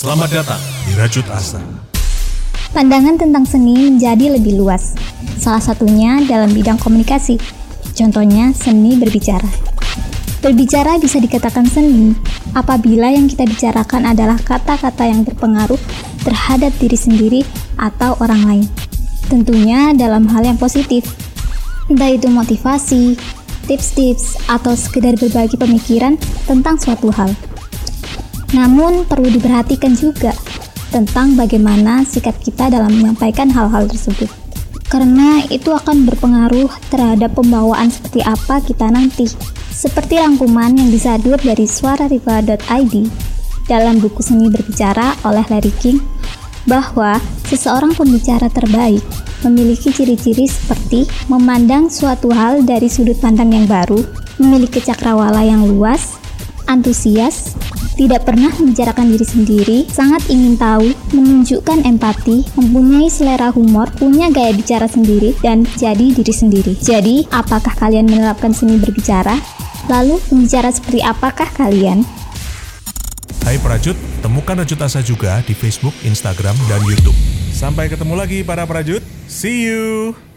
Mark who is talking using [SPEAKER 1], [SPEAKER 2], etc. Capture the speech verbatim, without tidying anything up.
[SPEAKER 1] Selamat datang di Rajut Asa.
[SPEAKER 2] Pandangan tentang seni menjadi lebih luas, salah satunya dalam bidang komunikasi. Contohnya, seni berbicara. Berbicara bisa dikatakan seni apabila yang kita bicarakan adalah kata-kata yang berpengaruh terhadap diri sendiri atau orang lain. Tentunya dalam hal yang positif, entah itu motivasi, tips-tips, atau sekedar berbagi pemikiran tentang suatu hal. Namun perlu diperhatikan juga tentang bagaimana sikap kita dalam menyampaikan hal-hal tersebut, karena itu akan berpengaruh terhadap pembawaan seperti apa kita nanti. Seperti rangkuman yang disadur dari suara riva dot i d dalam buku Seni Berbicara oleh Larry King, bahwa seseorang pembicara terbaik memiliki ciri-ciri seperti memandang suatu hal dari sudut pandang yang baru, memiliki cakrawala yang luas, antusias, tidak pernah membicarakan diri sendiri, sangat ingin tahu, menunjukkan empati, mempunyai selera humor, punya gaya bicara sendiri, dan jadi diri sendiri. Jadi, apakah kalian menerapkan seni berbicara? Lalu, pembicara seperti apakah kalian?
[SPEAKER 1] Hai Prajut, temukan Rajut Asa juga di Facebook, Instagram, dan YouTube. Sampai ketemu lagi para Prajut. See you!